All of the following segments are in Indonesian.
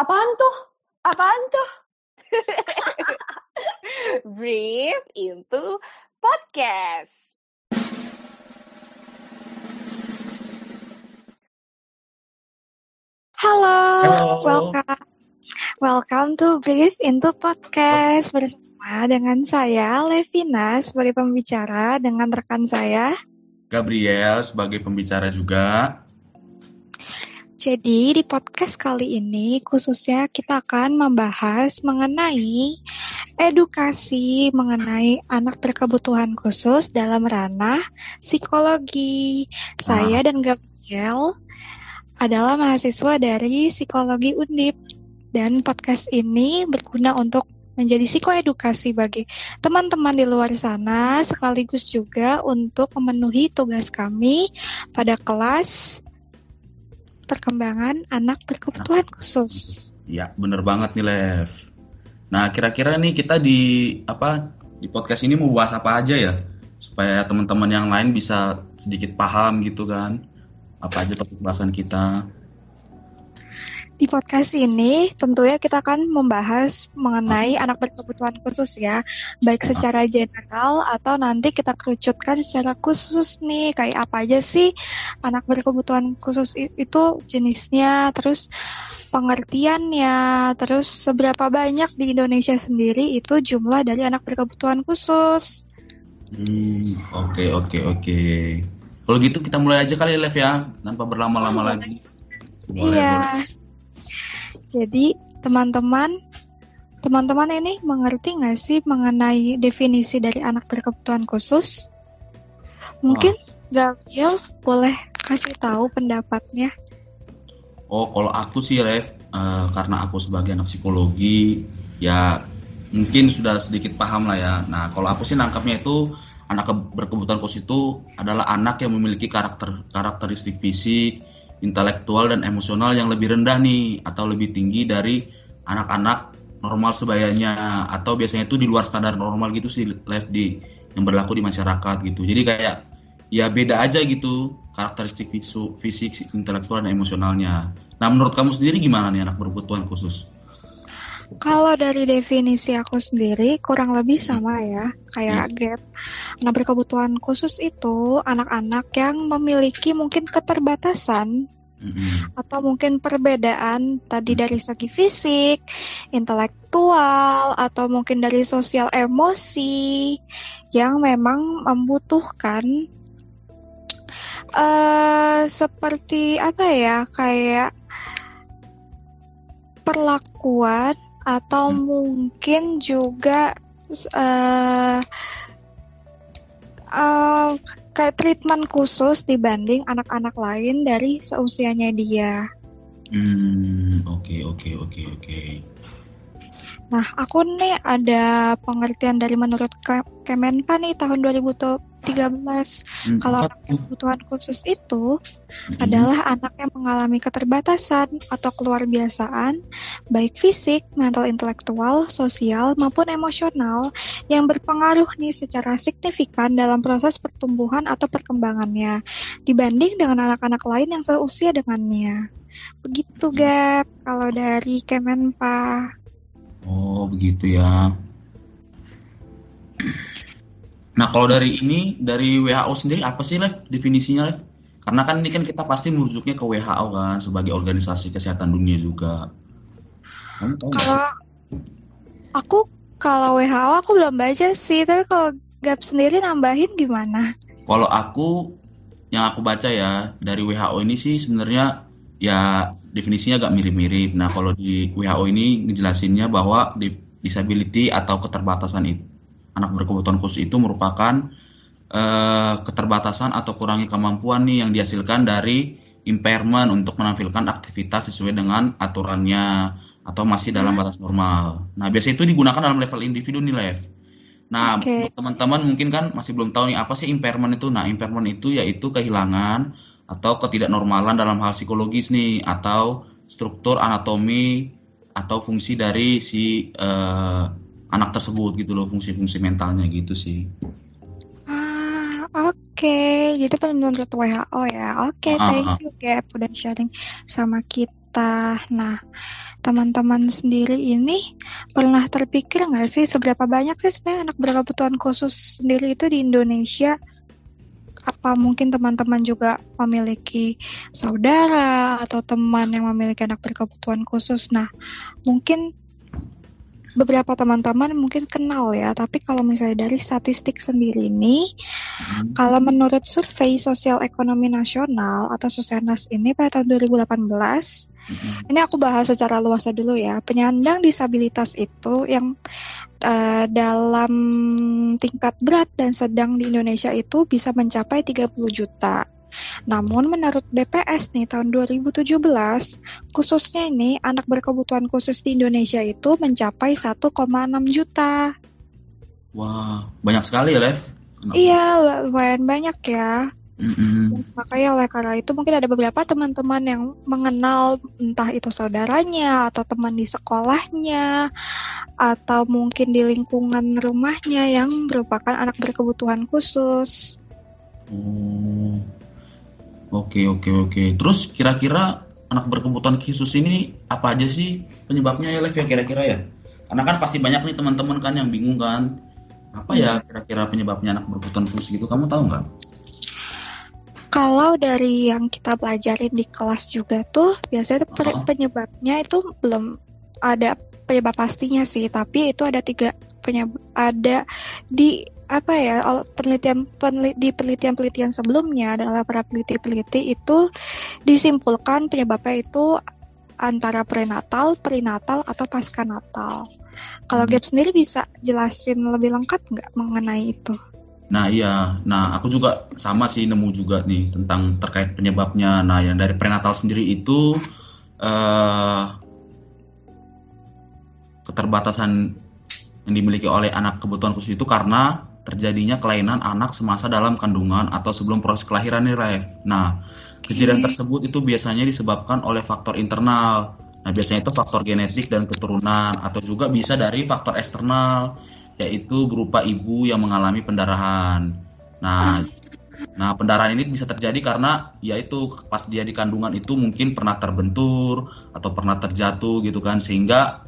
Apaan tuh? Apaan tuh? Brief into podcast. Halo. Welcome to Brief into podcast bersama dengan saya Levina sebagai pembicara dengan rekan saya Gabriel sebagai pembicara juga. Jadi di podcast kali ini khususnya kita akan membahas mengenai edukasi mengenai anak berkebutuhan khusus dalam ranah psikologi. Saya dan Gabriel adalah mahasiswa dari Psikologi Undip dan podcast ini berguna untuk menjadi psikoedukasi bagi teman-teman di luar sana sekaligus juga untuk memenuhi tugas kami pada kelas perkembangan anak berkebutuhan khusus. Ya, bener banget nih, Lev. Nah, kira-kira nih kita di podcast ini mau bahas apa aja ya? Supaya teman-teman yang lain bisa sedikit paham gitu kan. Apa aja topik bahasan kita. Di podcast ini tentunya kita akan membahas mengenai anak berkebutuhan khusus ya, baik secara general atau nanti kita kerucutkan secara khusus nih, kayak apa aja sih anak berkebutuhan khusus itu jenisnya, terus pengertiannya, terus seberapa banyak di Indonesia sendiri itu jumlah dari anak berkebutuhan khusus. Oke. Kalau gitu kita mulai aja kali Lev ya, tanpa berlama-lama lagi. Iya. Jadi teman-teman ini mengerti nggak sih mengenai definisi dari anak berkebutuhan khusus? Mungkin Gabriel boleh kasih tahu pendapatnya. Kalau aku sih Lev, karena aku sebagai anak psikologi ya mungkin sudah sedikit paham lah ya. Nah kalau aku sih nangkapnya itu anak berkebutuhan khusus itu adalah anak yang memiliki karakteristik fisik, intelektual dan emosional yang lebih rendah nih atau lebih tinggi dari anak-anak normal sebayanya atau biasanya itu di luar standar normal gitu sih yang berlaku di masyarakat gitu. Jadi kayak ya beda aja gitu karakteristik fisik, intelektual dan emosionalnya. Nah menurut kamu sendiri gimana nih anak berkebutuhan khusus? Kalau dari definisi aku sendiri kurang lebih sama ya, kayak Gap. Anak berkebutuhan khusus itu anak-anak yang memiliki mungkin keterbatasan atau mungkin perbedaan tadi dari segi fisik, intelektual, atau mungkin dari sosial emosi yang memang membutuhkan seperti apa ya, kayak perlakuan atau mungkin juga kayak treatment khusus dibanding anak-anak lain dari seusianya dia. Oke. Nah, aku nih ada pengertian dari menurut Kemenpa nih tahun 2013. Kalau anak berkebutuhan khusus itu adalah anak yang mengalami keterbatasan atau keluar biasaan, baik fisik, mental, intelektual, sosial, maupun emosional yang berpengaruh nih secara signifikan dalam proses pertumbuhan atau perkembangannya dibanding dengan anak-anak lain yang seusia dengannya. Begitu, Gap, kalau dari Kemenpa. Oh begitu ya. Nah kalau dari WHO sendiri apa sih Lev definisinya Lev? Karena kan ini kan kita pasti merujuknya ke WHO kan sebagai organisasi kesehatan dunia juga. Kamu tahu nggak sih? Kalau WHO aku belum baca sih, tapi kalau Gap sendiri nambahin gimana? Kalau yang aku baca ya dari WHO ini sih sebenarnya ya definisinya agak mirip-mirip. Nah kalau di WHO ini ngejelasinnya bahwa disability atau keterbatasan itu anak berkebutuhan khusus itu merupakan keterbatasan atau kurangnya kemampuan nih yang dihasilkan dari impairment untuk menampilkan aktivitas sesuai dengan aturannya atau masih dalam batas normal. Nah biasanya itu digunakan dalam level individu nih Lev. Nah untuk teman-teman mungkin kan masih belum tahu nih apa sih impairment itu. Nah impairment itu yaitu kehilangan atau ketidaknormalan dalam hal psikologis nih atau struktur anatomi atau fungsi dari si anak tersebut gitu loh, fungsi-fungsi mentalnya gitu sih. Oke, jadi menurut WHO ya. Oke, thank you Gap udah sharing sama kita. juta. Nah, teman-teman sendiri ini pernah terpikir nggak sih seberapa banyak sih sebenarnya anak berkebutuhan khusus sendiri itu di Indonesia? Apa mungkin teman-teman juga memiliki saudara atau teman yang memiliki anak berkebutuhan khusus? Nah, mungkin beberapa teman-teman mungkin kenal ya, tapi kalau misalnya dari statistik sendiri nih, kalau menurut survei Sosial Ekonomi Nasional atau Susenas ini pada tahun 2018, ini aku bahas secara luas dulu ya, penyandang disabilitas itu yang dalam tingkat berat dan sedang di Indonesia itu bisa mencapai 30 juta. Namun menurut BPS nih tahun 2017, khususnya ini anak berkebutuhan khusus di Indonesia itu mencapai 1,6 juta. Wah, banyak sekali ya, Lev. Iya, lumayan banyak ya. Makanya oleh karena itu mungkin ada beberapa teman-teman yang mengenal entah itu saudaranya atau teman di sekolahnya atau mungkin di lingkungan rumahnya yang merupakan anak berkebutuhan khusus. Oke. Terus kira-kira anak berkebutuhan khusus ini apa aja sih penyebabnya ya, Lev, ya kira-kira ya? Karena kan pasti banyak nih teman-teman kan yang bingung kan. Apa ya kira-kira penyebabnya anak berkebutuhan khusus gitu? Kamu tahu nggak? Kalau dari yang kita pelajarin di kelas juga tuh, biasanya penyebabnya itu belum ada penyebab pastinya sih, tapi itu ada 3 penyebab. Ada di penelitian sebelumnya adalah para peneliti itu disimpulkan penyebabnya itu antara prenatal, perinatal, atau pasca natal. Kalau Gap sendiri bisa jelasin lebih lengkap nggak mengenai itu? Nah iya, aku juga sama sih nemu juga nih tentang terkait penyebabnya. Nah yang dari prenatal sendiri itu keterbatasan yang dimiliki oleh anak kebutuhan khusus itu karena terjadinya kelainan anak semasa dalam kandungan atau sebelum proses kelahiran nih, Rev. Nah, kejadian tersebut itu biasanya disebabkan oleh faktor internal. Nah, biasanya itu faktor genetik dan keturunan atau juga bisa dari faktor eksternal, yaitu berupa ibu yang mengalami pendarahan. Nah, pendarahan ini bisa terjadi karena yaitu pas dia di kandungan itu mungkin pernah terbentur atau pernah terjatuh gitu kan, sehingga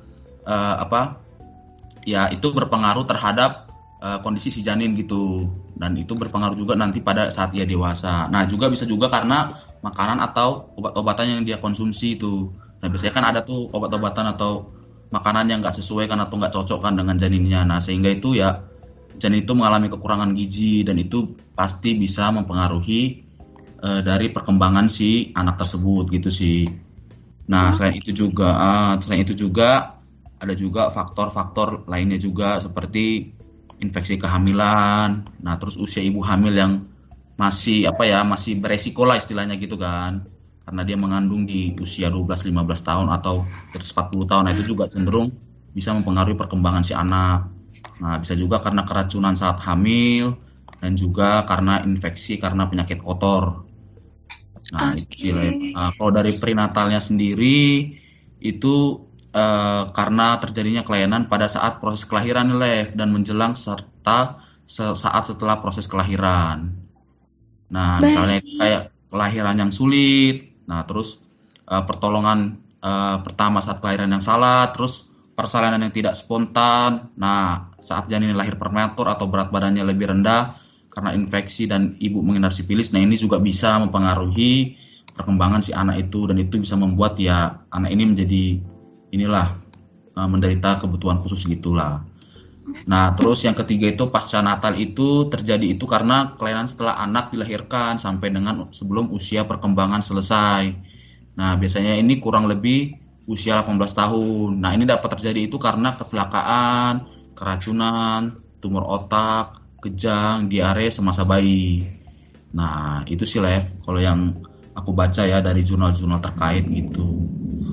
itu berpengaruh terhadap kondisi si janin gitu, dan itu berpengaruh juga nanti pada saat dia dewasa. Nah juga bisa juga karena makanan atau obat-obatan yang dia konsumsi itu. Nah biasanya kan ada tuh obat-obatan atau makanan yang nggak sesuai kan atau nggak cocok kan dengan janinnya. Nah sehingga itu ya janin itu mengalami kekurangan gizi, dan itu pasti bisa mempengaruhi dari perkembangan si anak tersebut gitu sih. Nah selain itu juga ada juga faktor-faktor lainnya juga seperti infeksi kehamilan. Nah, terus usia ibu hamil yang masih beresiko lah istilahnya gitu kan. Karena dia mengandung di usia 12-15 tahun atau terus 40 tahun. Nah, itu juga cenderung bisa mempengaruhi perkembangan si anak. Nah, bisa juga karena keracunan saat hamil dan juga karena infeksi karena penyakit kotor. Nah, itu sih. Kalau dari perinatalnya sendiri itu karena terjadinya kelainan pada saat proses kelahiran, Lev, dan menjelang serta saat setelah proses kelahiran. Nah, misalnya itu kayak kelahiran yang sulit, nah terus pertolongan pertama saat kelahiran yang salah, terus persalinan yang tidak spontan. Nah, saat janin lahir prematur atau berat badannya lebih rendah karena infeksi dan ibu mengidap sifilis. Nah, ini juga bisa mempengaruhi perkembangan si anak itu, dan itu bisa membuat ya anak ini menjadi menderita kebutuhan khusus gitulah. Nah, terus yang ketiga itu pasca natal itu terjadi itu karena kelainan setelah anak dilahirkan sampai dengan sebelum usia perkembangan selesai. Nah, biasanya ini kurang lebih usia 18 tahun. Nah, ini dapat terjadi itu karena kecelakaan, keracunan, tumor otak, kejang, diare semasa bayi. Nah, itu sih, Lev, kalau yang aku baca ya dari jurnal-jurnal terkait gitu.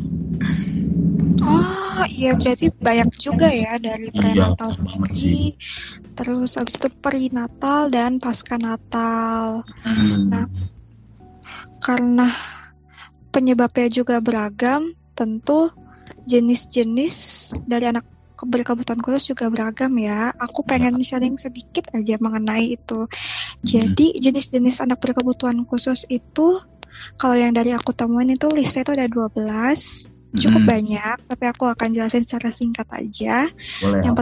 Oh iya, berarti banyak juga ya dari prenatal sendiri, terus habis itu perinatal dan pasca natal. Nah, karena penyebabnya juga beragam, tentu jenis-jenis dari anak berkebutuhan khusus juga beragam ya. Aku pengen sharing sedikit aja mengenai itu. Jadi jenis-jenis anak berkebutuhan khusus itu Kalau yang dari aku temuin itu listnya itu ada 12. Cukup banyak, tapi aku akan jelasin secara singkat aja. Boleh. Yang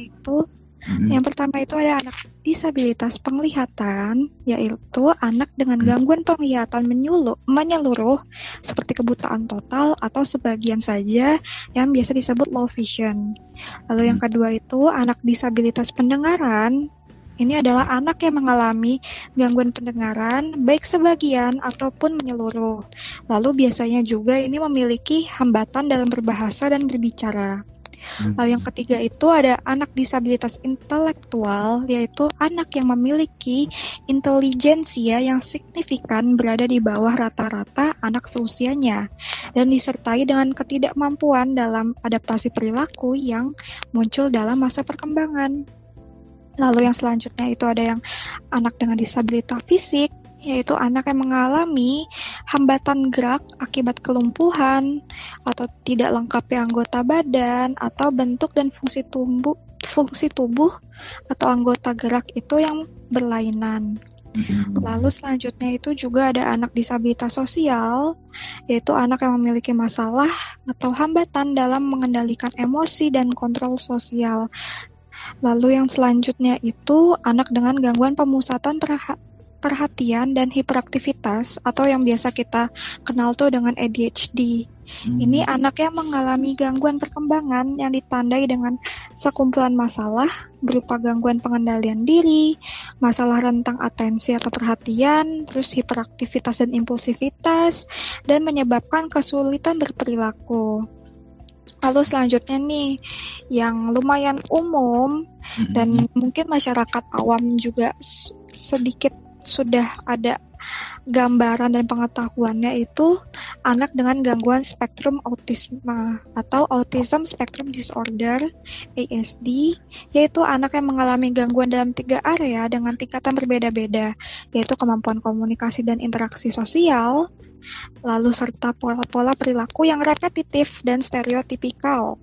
pertama itu ada anak disabilitas penglihatan, yaitu anak dengan gangguan penglihatan menyeluruh seperti kebutaan total atau sebagian saja yang biasa disebut low vision. Lalu yang kedua itu anak disabilitas pendengaran. Ini adalah anak yang mengalami gangguan pendengaran, baik sebagian ataupun menyeluruh. Lalu biasanya juga ini memiliki hambatan dalam berbahasa dan berbicara. Lalu yang ketiga itu ada anak disabilitas intelektual, yaitu anak yang memiliki intelijensia yang signifikan berada di bawah rata-rata anak seusianya, dan disertai dengan ketidakmampuan dalam adaptasi perilaku yang muncul dalam masa perkembangan. Lalu yang selanjutnya itu ada yang anak dengan disabilitas fisik, yaitu anak yang mengalami hambatan gerak akibat kelumpuhan atau tidak lengkapnya anggota badan atau bentuk dan fungsi tubuh atau anggota gerak itu yang berlainan. Lalu selanjutnya itu juga ada anak disabilitas sosial, yaitu anak yang memiliki masalah atau hambatan dalam mengendalikan emosi dan kontrol sosial. Lalu yang selanjutnya itu anak dengan gangguan pemusatan perhatian dan hiperaktivitas atau yang biasa kita kenal tuh dengan ADHD. Ini anak yang mengalami gangguan perkembangan yang ditandai dengan sekumpulan masalah berupa gangguan pengendalian diri, masalah rentang atensi atau perhatian, terus hiperaktivitas dan impulsivitas, dan menyebabkan kesulitan berperilaku. Lalu selanjutnya nih, yang lumayan umum dan mungkin masyarakat awam juga sedikit sudah ada gambaran dan pengetahuannya, itu anak dengan gangguan spektrum autisme atau Autism Spectrum Disorder (ASD), yaitu anak yang mengalami gangguan dalam 3 area dengan tingkatan berbeda-beda, yaitu kemampuan komunikasi dan interaksi sosial, lalu serta pola-pola perilaku yang repetitif dan stereotipikal.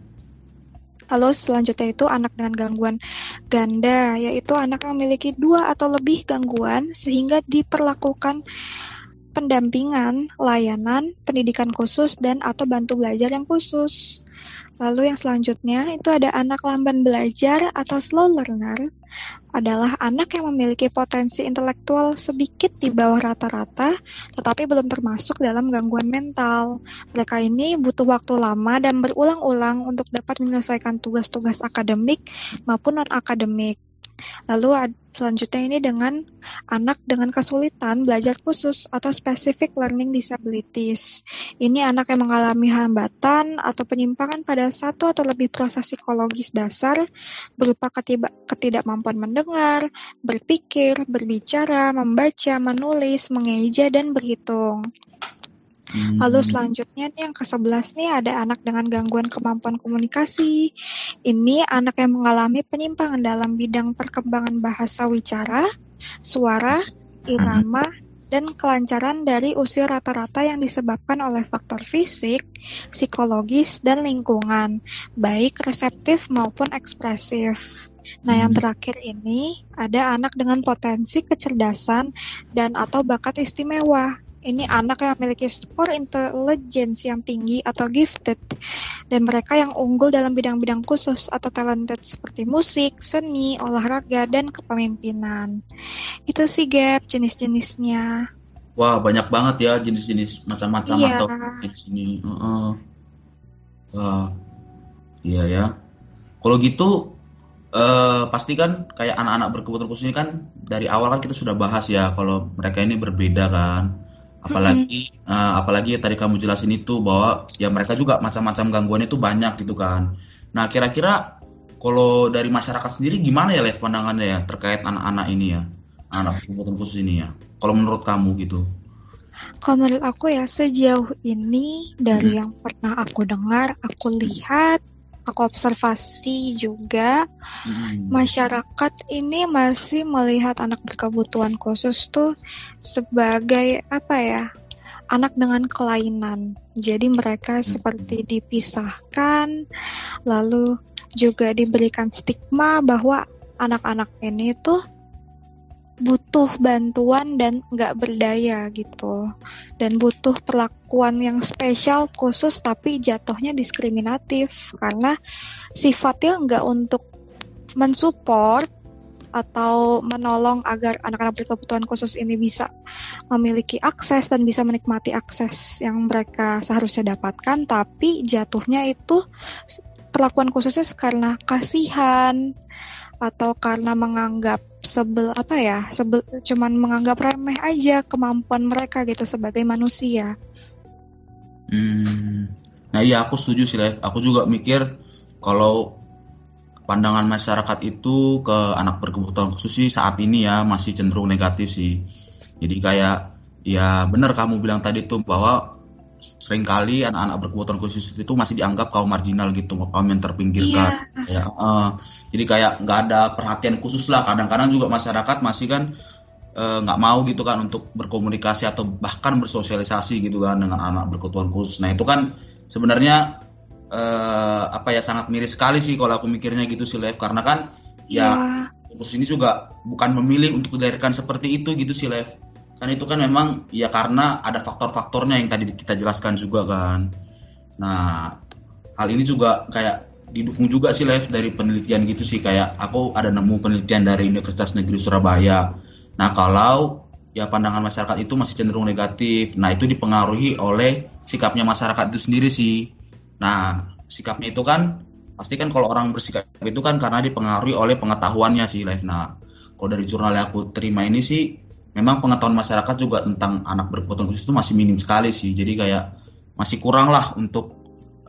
Lalu selanjutnya itu anak dengan gangguan ganda, yaitu anak yang memiliki 2 atau lebih gangguan sehingga diperlakukan pendampingan, layanan, pendidikan khusus, dan atau bantu belajar yang khusus. Lalu yang selanjutnya itu ada anak lamban belajar atau slow learner, adalah anak yang memiliki potensi intelektual sedikit di bawah rata-rata, tetapi belum termasuk dalam gangguan mental. Mereka ini butuh waktu lama dan berulang-ulang untuk dapat menyelesaikan tugas-tugas akademik maupun non-akademik. Lalu selanjutnya ini dengan anak dengan kesulitan belajar khusus atau specific learning disabilities. Ini anak yang mengalami hambatan atau penyimpangan pada satu atau lebih proses psikologis dasar berupa ketidakmampuan mendengar, berpikir, berbicara, membaca, menulis, mengeja, dan berhitung. Lalu selanjutnya nih yang ke-11 nih ada anak dengan gangguan kemampuan komunikasi. Ini anak yang mengalami penyimpangan dalam bidang perkembangan bahasa wicara, suara, irama, dan kelancaran dari usia rata-rata yang disebabkan oleh faktor fisik, psikologis, dan lingkungan, baik reseptif maupun ekspresif. Nah, yang terakhir ini ada anak dengan potensi kecerdasan dan atau bakat istimewa. Ini anak yang memiliki skor intelijensi yang tinggi atau gifted, dan mereka yang unggul dalam bidang-bidang khusus atau talented seperti musik, seni, olahraga, dan kepemimpinan. Itu sih Gap jenis-jenisnya. Wah, banyak banget ya jenis-jenis macam-macam atau di sini. Wah, iya ya. Kalau gitu pasti kan kayak anak-anak berkebutuhan khusus ini kan dari awal kan kita sudah bahas ya kalau mereka ini berbeda kan. Apalagi tadi kamu jelasin itu bahwa ya mereka juga macam-macam gangguan itu banyak gitu kan. Nah, kira-kira kalau dari masyarakat sendiri gimana ya Lev pandangannya ya terkait anak-anak ini ya, anak berkebutuhan khusus ini ya. Kalau menurut kamu gitu? Kalau menurut aku ya sejauh ini dari yang pernah aku dengar, aku lihat, aku observasi juga, masyarakat ini masih melihat anak berkebutuhan khusus tuh sebagai anak dengan kelainan. Jadi mereka seperti dipisahkan, lalu juga diberikan stigma bahwa anak-anak ini tuh butuh bantuan dan nggak berdaya gitu, dan butuh perlakuan yang spesial khusus tapi jatuhnya diskriminatif karena sifatnya nggak untuk mensupport atau menolong agar anak-anak berkebutuhan khusus ini bisa memiliki akses dan bisa menikmati akses yang mereka seharusnya dapatkan, tapi jatuhnya itu perlakuan khususnya karena kasihan atau karena menganggap cuman menganggap remeh aja kemampuan mereka gitu sebagai manusia. Nah iya, aku setuju sih, Lev. Aku juga mikir kalau pandangan masyarakat itu ke anak berkebutuhan khusus sih saat ini ya masih cenderung negatif sih. Jadi kayak ya benar kamu bilang tadi tuh bahwa seringkali anak-anak berkebutuhan khusus itu masih dianggap kaum marginal gitu, kaum yang terpinggirkan. Jadi kayak nggak ada perhatian khusus lah. Kadang-kadang juga masyarakat masih kan nggak mau gitu kan untuk berkomunikasi atau bahkan bersosialisasi gitu kan dengan anak berkebutuhan khusus. Nah itu kan sebenarnya sangat miris sekali sih kalau aku mikirnya gitu sih, Lev, karena kan khusus ini juga bukan memilih untuk dilahirkan seperti itu gitu sih, Lev. Kan itu kan memang ya karena ada faktor-faktornya yang tadi kita jelaskan juga kan. Nah hal ini juga kayak didukung juga sih, Lev, dari penelitian gitu sih. Kayak aku ada nemu penelitian dari Universitas Negeri Surabaya. Nah kalau ya pandangan masyarakat itu masih cenderung negatif, nah itu dipengaruhi oleh sikapnya masyarakat itu sendiri sih. Nah, sikapnya itu kan pasti kan kalau orang bersikap itu kan karena dipengaruhi oleh pengetahuannya sih, Lev. Nah, kalau dari jurnal yang aku terima ini sih memang pengetahuan masyarakat juga tentang anak berkebutuhan khusus itu masih minim sekali sih. Jadi kayak masih kurang lah untuk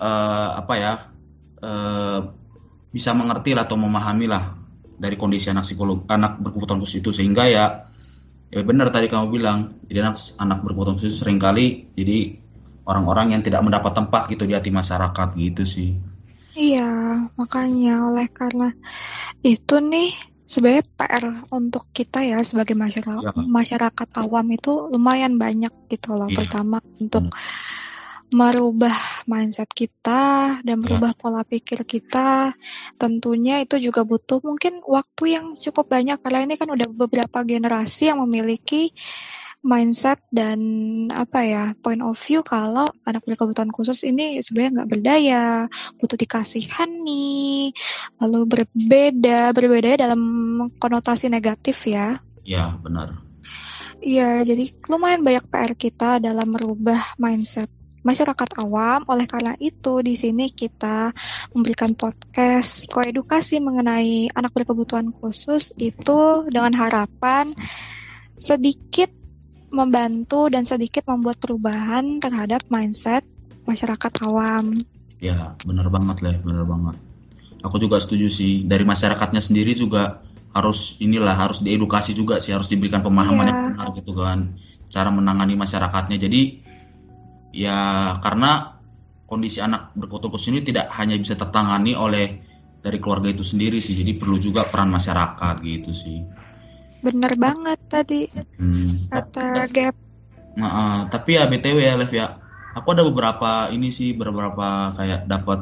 bisa mengerti lah atau memahami lah dari kondisi anak berkebutuhan khusus itu, sehingga ya benar tadi kamu bilang, jadi anak berkebutuhan khusus seringkali jadi orang-orang yang tidak mendapat tempat gitu di hati masyarakat gitu sih. Iya, makanya oleh karena itu nih sebenarnya PR untuk kita ya sebagai masyarakat awam itu lumayan banyak gitu loh. Pertama untuk merubah mindset kita dan merubah pola pikir kita. Tentunya itu juga butuh mungkin waktu yang cukup banyak karena ini kan udah beberapa generasi yang memiliki mindset dan point of view kalau anak berkebutuhan khusus ini sebenarnya nggak berdaya, butuh dikasihani, lalu berbeda dalam konotasi negatif ya. Iya, benar. Iya, jadi lumayan banyak PR kita dalam merubah mindset masyarakat awam. Oleh karena itu di sini kita memberikan podcast psikoedukasi mengenai anak berkebutuhan khusus itu dengan harapan sedikit membantu dan sedikit membuat perubahan terhadap mindset masyarakat awam. Ya, benar banget, Lev, benar banget. Aku juga setuju sih. Dari masyarakatnya sendiri juga harus diedukasi juga sih, harus diberikan pemahaman yang benar gitu kan, cara menangani masyarakatnya. Jadi ya karena kondisi anak berkebutuhan khusus ini tidak hanya bisa tertangani oleh dari keluarga itu sendiri sih, jadi perlu juga peran masyarakat gitu sih. Bener banget tadi kata Gap. Tapi ya BTW ya, Lev ya, aku ada beberapa kayak dapat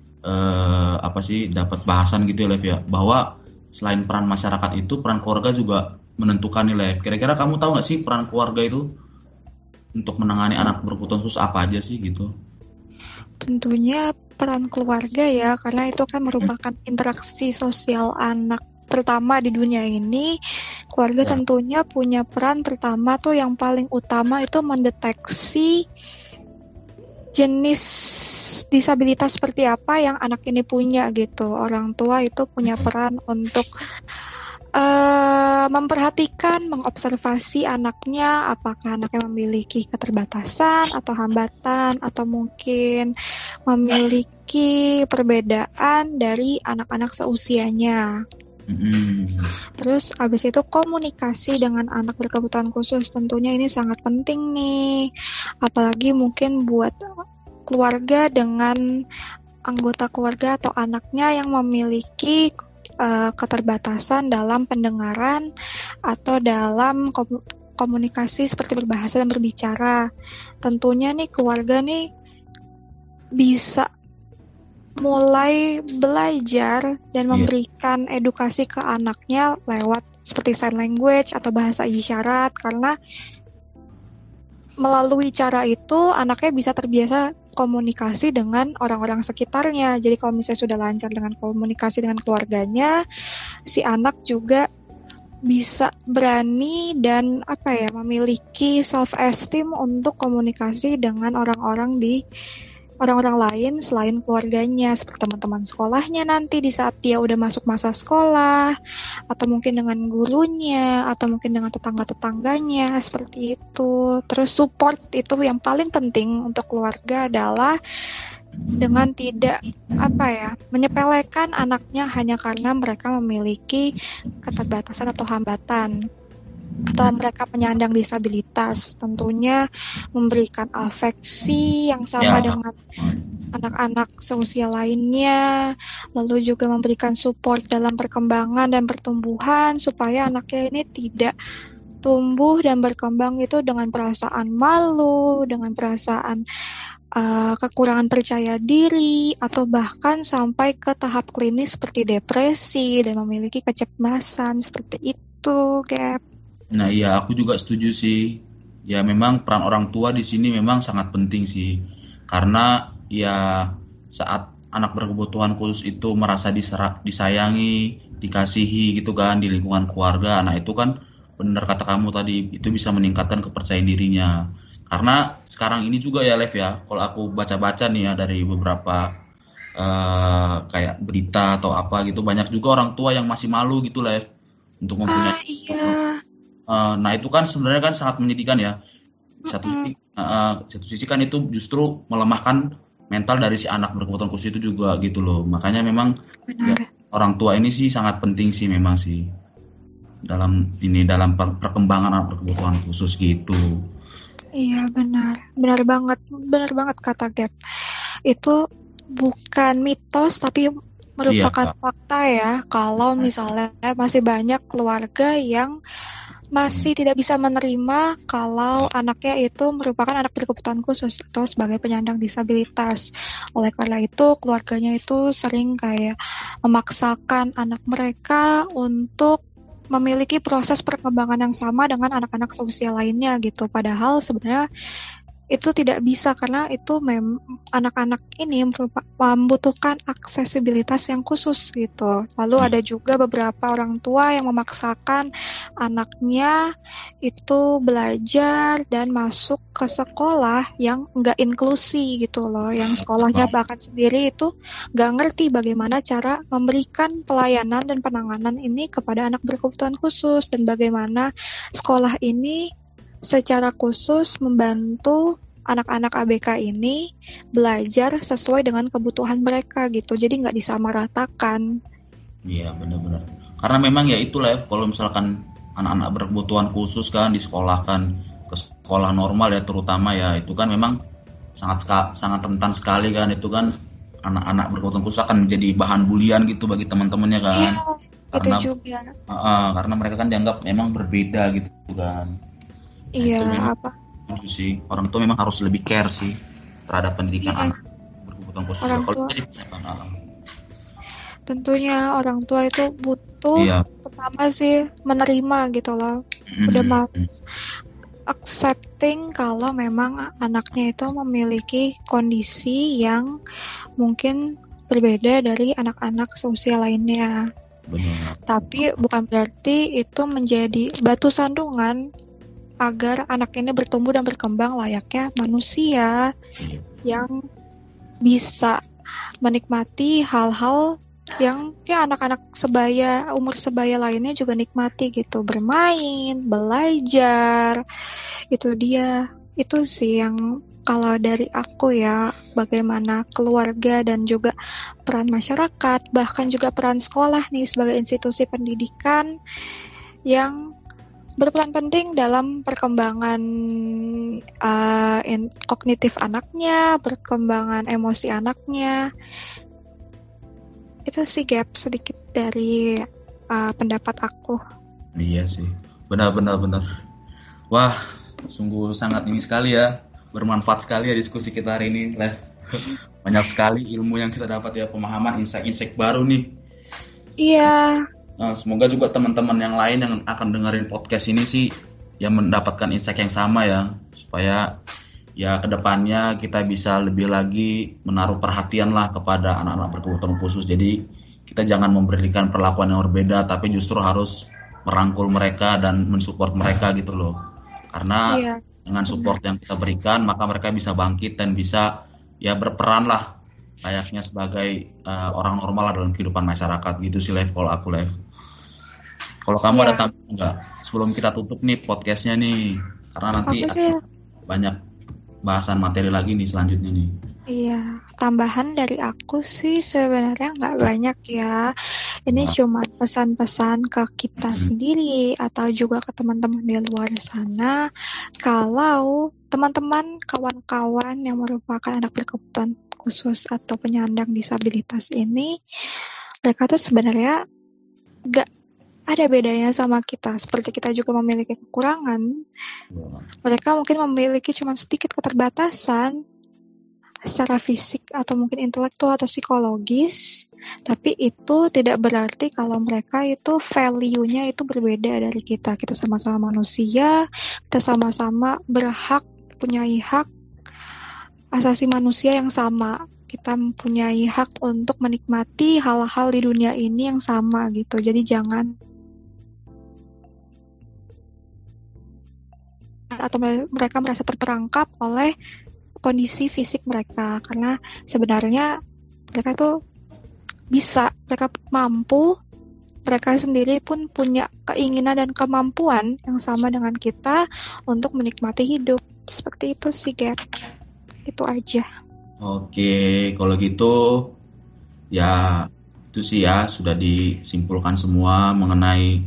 dapat bahasan gitu ya, Lev ya, bahwa selain peran masyarakat itu peran keluarga juga menentukan nih, Lev. Kira-kira kamu tahu nggak sih peran keluarga itu untuk menangani anak berkebutuhan khusus apa aja sih gitu? Tentunya peran keluarga ya, karena itu kan merupakan interaksi sosial anak pertama di dunia ini. Keluarga tentunya punya peran pertama tuh yang paling utama itu mendeteksi jenis disabilitas seperti apa yang anak ini punya gitu. Orang tua itu punya peran untuk memperhatikan, mengobservasi anaknya, apakah anaknya memiliki keterbatasan atau hambatan atau mungkin memiliki perbedaan dari anak-anak seusianya. Terus abis itu komunikasi dengan anak berkebutuhan khusus, tentunya ini sangat penting nih, apalagi mungkin buat keluarga dengan anggota keluarga atau anaknya yang memiliki keterbatasan dalam pendengaran atau dalam komunikasi seperti berbahasa dan berbicara. Tentunya nih keluarga nih bisa mulai belajar dan memberikan edukasi ke anaknya lewat seperti sign language atau bahasa isyarat, karena melalui cara itu anaknya bisa terbiasa komunikasi dengan orang-orang sekitarnya. Jadi kalau misalnya sudah lancar dengan komunikasi dengan keluarganya, si anak juga bisa berani dan memiliki self esteem untuk komunikasi dengan orang-orang lain selain keluarganya, seperti teman-teman sekolahnya nanti di saat dia udah masuk masa sekolah, atau mungkin dengan gurunya, atau mungkin dengan tetangga-tetangganya, seperti itu. Terus support itu yang paling penting untuk keluarga adalah dengan tidak menyepelekan anaknya hanya karena mereka memiliki keterbatasan atau hambatan, atau mereka penyandang disabilitas. Tentunya memberikan afeksi yang sama dengan anak-anak seusia lainnya, lalu juga memberikan support dalam perkembangan dan pertumbuhan supaya anaknya ini tidak tumbuh dan berkembang itu dengan perasaan malu, dengan perasaan kekurangan percaya diri, atau bahkan sampai ke tahap klinis seperti depresi dan memiliki kecemasan seperti itu, Gap. Nah, iya, aku juga setuju sih. Ya, memang peran orang tua di sini memang sangat penting sih. Karena ya saat anak berkebutuhan khusus itu merasa disayangi, dikasihi gitu kan di lingkungan keluarga. Nah, itu kan benar kata kamu tadi, itu bisa meningkatkan kepercayaan dirinya. Karena sekarang ini juga ya, Lev ya, kalau aku baca-baca nih ya dari beberapa kayak berita atau apa gitu, banyak juga orang tua yang masih malu gitu, Lev, untuk mempunyai. Nah, itu kan sebenarnya kan sangat menyedihkan ya. Satu sisi kan itu justru melemahkan mental dari si anak berkebutuhan khusus itu juga gitu loh. Makanya memang ya, orang tua ini sih sangat penting sih memang sih dalam perkembangan anak berkebutuhan khusus gitu. Iya, benar banget kata Gap. Itu bukan mitos tapi merupakan fakta ya, kalau misalnya masih banyak keluarga yang masih tidak bisa menerima kalau anaknya itu merupakan anak berkebutuhan khusus atau sebagai penyandang disabilitas. Oleh karena itu, keluarganya itu sering kayak memaksakan anak mereka untuk memiliki proses perkembangan yang sama dengan anak-anak seusia lainnya gitu. Padahal sebenarnya itu tidak bisa, karena itu anak-anak ini membutuhkan aksesibilitas yang khusus gitu. Lalu ada juga beberapa orang tua yang memaksakan anaknya itu belajar dan masuk ke sekolah yang nggak inklusi gitu loh, yang sekolahnya bahkan sendiri itu nggak ngerti bagaimana cara memberikan pelayanan dan penanganan ini kepada anak berkebutuhan khusus, dan bagaimana sekolah ini secara khusus membantu anak-anak ABK ini belajar sesuai dengan kebutuhan mereka gitu. Jadi nggak disamaratakan. Iya, benar-benar. Karena memang ya itulah ya, kalau misalkan anak-anak berkebutuhan khusus kan disekolahkan ke sekolah normal ya terutama ya, itu kan memang sangat rentan sekali kan, itu kan anak-anak berkebutuhan khusus akan menjadi bahan bulian gitu bagi teman-temannya kan. Iya, karena, itu juga. Karena mereka kan dianggap memang berbeda gitu kan. Iya, itu sih orang tua memang harus lebih care sih terhadap pendidikan anak berkebutuhan khusus. Tentunya orang tua itu butuh pertama sih menerima gitu loh, udah accepting kalau memang anaknya itu memiliki kondisi yang mungkin berbeda dari anak-anak seusia lainnya. Benar. Tapi bukan berarti itu menjadi batu sandungan agar anak ini bertumbuh dan berkembang layaknya manusia yang bisa menikmati hal-hal yang ya anak-anak umur sebaya lainnya juga nikmati gitu, bermain, belajar. Itu sih yang kalau dari aku ya, bagaimana keluarga dan juga peran masyarakat, bahkan juga peran sekolah nih sebagai institusi pendidikan yang berperan penting dalam perkembangan kognitif anaknya, perkembangan emosi anaknya. Itu sih Gap sedikit dari pendapat aku. Iya sih, benar. Wah, sungguh sangat ini sekali ya bermanfaat sekali ya diskusi kita hari ini, Lev. Banyak sekali ilmu yang kita dapat ya, pemahaman, insight-insight baru nih. Iya. Semoga juga teman-teman yang lain yang akan dengerin podcast ini sih yang mendapatkan insight yang sama ya, supaya ya kedepannya kita bisa lebih lagi menaruh perhatian lah kepada anak-anak berkebutuhan khusus. Jadi kita jangan memberikan perlakuan yang berbeda, tapi justru harus merangkul mereka dan mensupport mereka gitu loh. Karena dengan support yang kita berikan, maka mereka bisa bangkit dan bisa ya berperan lah layaknya sebagai orang normal dalam kehidupan masyarakat gitu sih, Lev, kalau aku, Lev. Kalau kamu ada tambahan nggak sebelum kita tutup nih podcastnya nih, karena nanti banyak bahasan materi lagi nih selanjutnya nih. Iya, tambahan dari aku sih sebenarnya nggak banyak ya. Ini cuma pesan-pesan ke kita sendiri atau juga ke teman-teman di luar sana. Kalau teman-teman, kawan-kawan yang merupakan anak berkebutuhan khusus atau penyandang disabilitas ini, mereka tuh sebenarnya nggak ada bedanya sama kita. Seperti kita juga memiliki kekurangan, mereka mungkin memiliki cuma sedikit keterbatasan secara fisik atau mungkin intelektual atau psikologis, tapi itu tidak berarti kalau mereka itu value-nya itu berbeda dari kita. Kita sama-sama manusia, kita sama-sama berhak, mempunyai hak asasi manusia yang sama. Kita mempunyai hak untuk menikmati hal-hal di dunia ini yang sama gitu. Jadi jangan atau mereka merasa terperangkap oleh kondisi fisik mereka, karena sebenarnya mereka tuh bisa, mereka mampu, mereka sendiri pun punya keinginan dan kemampuan yang sama dengan kita untuk menikmati hidup. Seperti itu sih, Gap. Itu aja. Oke, kalau gitu ya itu sih ya sudah disimpulkan semua mengenai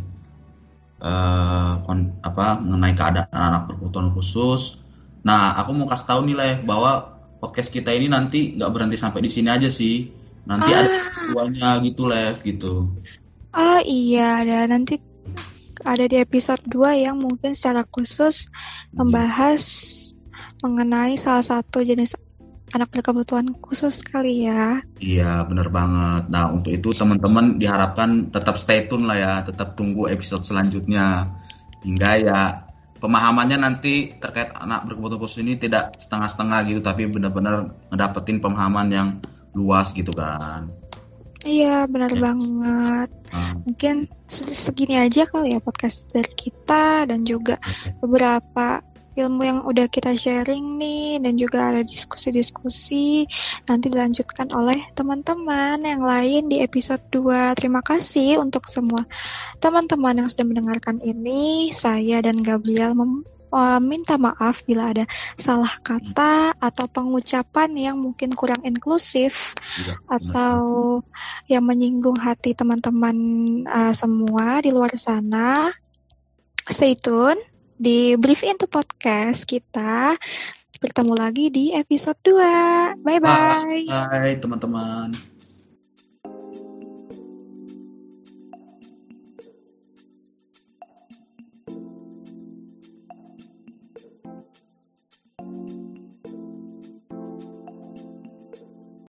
mengenai keadaan anak berkebutuhan khusus. Nah, aku mau kasih tahu nih, Lev, bahwa podcast kita ini nanti nggak berhenti sampai di sini aja sih. Nanti ada keduanya gitu, Lev, gitu. Iya, dan nanti ada di episode 2 yang mungkin secara khusus membahas mengenai salah satu jenis anak berkebutuhan khusus kali ya. Iya, benar banget. Nah, untuk itu teman-teman diharapkan tetap stay tune lah ya, tetap tunggu episode selanjutnya. Hingga ya pemahamannya nanti terkait anak berkebutuhan khusus ini tidak setengah-setengah gitu, tapi benar-benar ngedapetin pemahaman yang luas gitu kan. Iya, benar banget. Mungkin segini aja kali ya podcast dari kita, dan juga beberapa ilmu yang udah kita sharing nih, dan juga ada diskusi-diskusi nanti dilanjutkan oleh teman-teman yang lain di episode 2. Terima kasih untuk semua teman-teman yang sudah mendengarkan ini. Saya dan Gabriel minta maaf bila ada salah kata atau pengucapan yang mungkin kurang inklusif atau yang menyinggung hati teman-teman semua di luar sana. Stay tune di Brief Into Podcast kita. Bertemu lagi di episode 2. Bye-bye. Bye teman-teman.